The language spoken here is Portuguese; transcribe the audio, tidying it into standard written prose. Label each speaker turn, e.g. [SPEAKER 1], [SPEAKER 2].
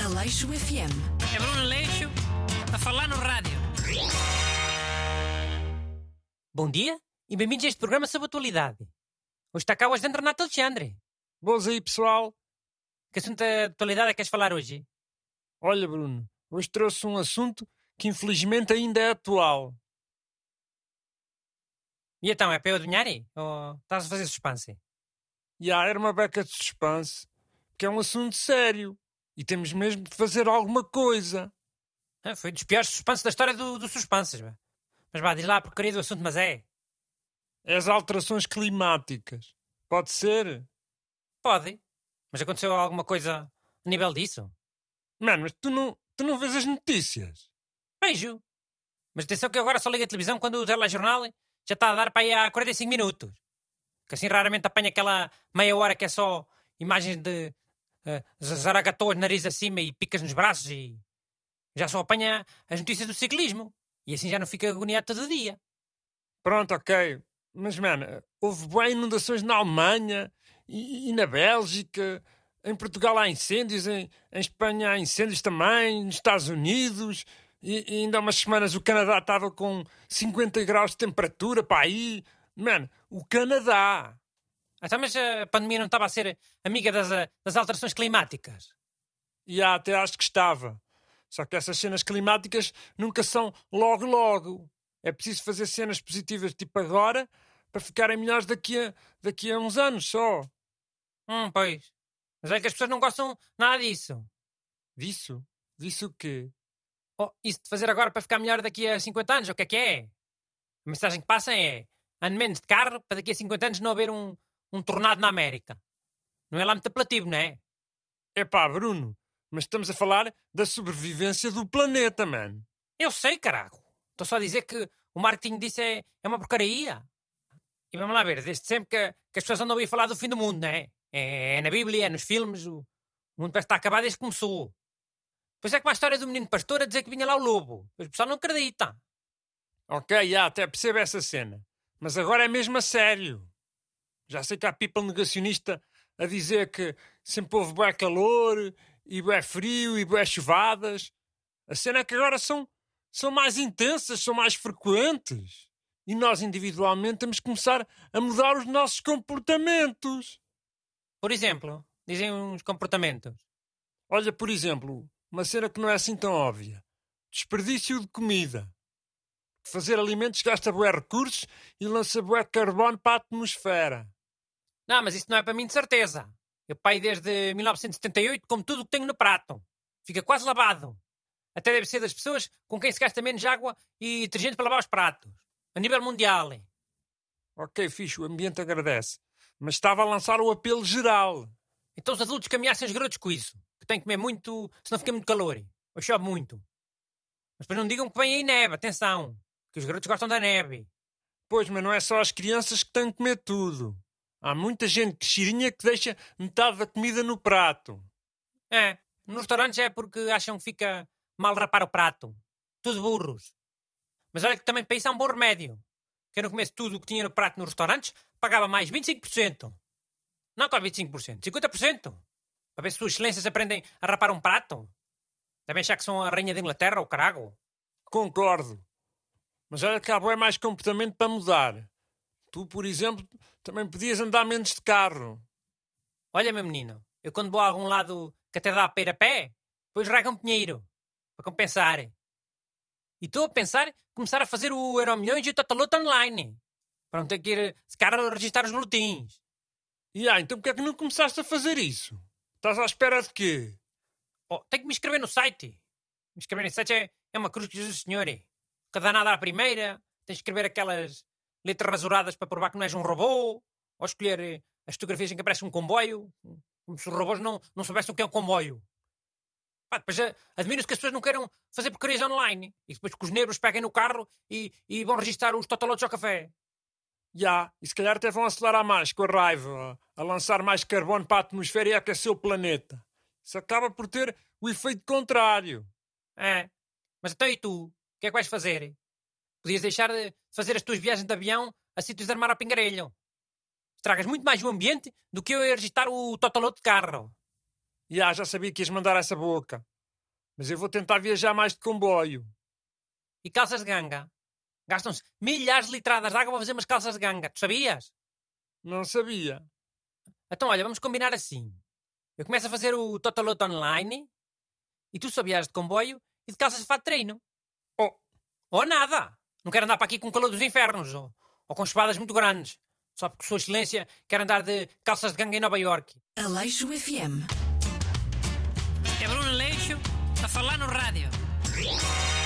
[SPEAKER 1] Aleixo FM.
[SPEAKER 2] É Bruno Aleixo a falar no rádio. Bom dia e bem-vindos a este programa sobre atualidade. Hoje está cá o ajudante Renato Alexandre.
[SPEAKER 3] Boas aí, pessoal.
[SPEAKER 2] Que assunto de atualidade é que queres falar hoje?
[SPEAKER 3] Olha, Bruno, hoje trouxe um assunto que infelizmente ainda é atual.
[SPEAKER 2] E então, é para eu adivinhar? Ou estás a fazer suspense?
[SPEAKER 3] Era uma beca de suspense, porque é um assunto sério e temos mesmo de fazer alguma coisa.
[SPEAKER 2] Foi dos piores suspense da história do suspense. Mas vá, diz lá a porcaria do assunto, mas é.
[SPEAKER 3] É as alterações climáticas. Pode ser?
[SPEAKER 2] Pode. Mas aconteceu alguma coisa a nível disso?
[SPEAKER 3] Mano, mas tu não vês as notícias?
[SPEAKER 2] Vejo. Mas atenção que eu agora só ligo a televisão quando o telejornal já está a dar para aí há 45 minutos. Que assim raramente apanha aquela meia hora que é só imagens de zaragatoas, nariz acima e picas nos braços e já só apanha as notícias do ciclismo. E assim já não fica agoniado todo dia.
[SPEAKER 3] Pronto, ok. Mas, mano, houve boas inundações na Alemanha e na Bélgica. Em Portugal há incêndios, em Espanha há incêndios também, nos Estados Unidos. E ainda há umas semanas o Canadá estava com 50 graus de temperatura para aí. Mano, o Canadá.
[SPEAKER 2] Então, mas a pandemia não estava a ser amiga das alterações climáticas?
[SPEAKER 3] Até acho que estava. Só que essas cenas climáticas nunca são logo. É preciso fazer cenas positivas tipo agora para ficarem melhores daqui a uns anos só.
[SPEAKER 2] Pois. Mas é que as pessoas não gostam nada disso.
[SPEAKER 3] Disso? Disso o quê?
[SPEAKER 2] Oh, isso de fazer agora para ficar melhor daqui a 50 anos, o que é? A mensagem que passam é: ande menos de carro para daqui a 50 anos não haver um tornado na América. Não é lá muito apelativo, não é?
[SPEAKER 3] Epá, Bruno, mas estamos a falar da sobrevivência do planeta, mano.
[SPEAKER 2] Eu sei, caraco. Estou só a dizer que o marketing disso é uma porcaria. E vamos lá ver, desde sempre que as pessoas andam a ouvir falar do fim do mundo, não é? É na Bíblia, é nos filmes, o mundo parece estar acabado desde que começou. Pois é como a história do menino pastor a dizer que vinha lá o lobo. Mas o pessoal não acredita.
[SPEAKER 3] Ok, até percebo essa cena. Mas agora é mesmo a sério. Já sei que há people negacionista a dizer que sempre houve bué calor, e bué frio, e bué chuvadas. A cena é que agora são mais intensas, são mais frequentes. E nós individualmente temos que começar a mudar os nossos comportamentos.
[SPEAKER 2] Por exemplo, dizem uns comportamentos.
[SPEAKER 3] Olha, por exemplo, uma cena que não é assim tão óbvia. Desperdício de comida. Fazer alimentos gasta bué recursos e lança bué carbono para a atmosfera.
[SPEAKER 2] Não, mas isso não é para mim de certeza. Eu pai desde 1978 como tudo o que tenho no prato. Fica quase lavado. Até deve ser das pessoas com quem se gasta menos água e detergente para lavar os pratos. A nível mundial.
[SPEAKER 3] Ok, fixe, o ambiente agradece. Mas estava a lançar o apelo geral.
[SPEAKER 2] Então os adultos que ameaçam os garotos com isso. Que têm que comer muito, senão fica muito calor. Ou chove muito. Mas depois não digam que vem aí neve, atenção. Que os garotos gostam da neve.
[SPEAKER 3] Pois, mas não é só as crianças que têm que comer tudo. Há muita gente crescidinha que deixa metade da comida no prato.
[SPEAKER 2] É, nos restaurantes é porque acham que fica mal rapar o prato. Tudo burros. Mas olha que também para isso há um bom remédio. Quem não comesse tudo o que tinha no prato nos restaurantes pagava mais 25%. Não quase 25%, 50%. Para ver se suas excelências aprendem a rapar um prato. Devem achar que são a rainha da Inglaterra ou carago.
[SPEAKER 3] Concordo. Mas olha que há bué mais comportamento para mudar. Tu, por exemplo, também podias andar menos de carro.
[SPEAKER 2] Olha, meu menino, eu quando vou a algum lado que até dá para ir a pé, depois rega um dinheiro. Para compensar. E estou a pensar começar a fazer o Euromilhões e o Totaloto online. Para não ter que ir de cara a registrar os boletins.
[SPEAKER 3] Então porquê é que não começaste a fazer isso? Estás à espera de quê?
[SPEAKER 2] Oh, tenho que me inscrever no site. Me inscrever no site é uma cruz que Jesus Senhor. Que dá nada à primeira. Tens de escrever aquelas letras rasuradas para provar que não és um robô. Ou escolher as fotografias em que aparece um comboio. Como se os robôs não soubessem o que é um comboio. Pá, depois admiro-se que as pessoas não queiram fazer porcarias online. E depois que os negros peguem no carro e vão registrar os totalotes ao café.
[SPEAKER 3] E se calhar até vão acelerar mais com a raiva, a lançar mais carbono para a atmosfera e a aquecer o planeta. Isso acaba por ter o efeito contrário.
[SPEAKER 2] É. Mas então e tu? O que é que vais fazer? Podias deixar de fazer as tuas viagens de avião a sítios de armar ao pingarelho. Estragas muito mais o ambiente do que eu a registrar o totalote de carro.
[SPEAKER 3] Já sabia que ias mandar essa boca. Mas eu vou tentar viajar mais de comboio.
[SPEAKER 2] E calças de ganga? Gastam-se milhares de litradas de água para fazer umas calças de ganga. Tu sabias?
[SPEAKER 3] Não sabia.
[SPEAKER 2] Então, olha, vamos combinar assim. Eu começo a fazer o Totoloto online e tu só viajas de comboio e de calças de fato de treino.
[SPEAKER 3] Oh,
[SPEAKER 2] Ou nada. Não quero andar para aqui com o calor dos infernos ou com espadas muito grandes. Só porque Sua Excelência quer andar de calças de ganga em Nova Iorque.
[SPEAKER 1] Aleixo FM.
[SPEAKER 2] É Bruno Aleixo a falar no rádio.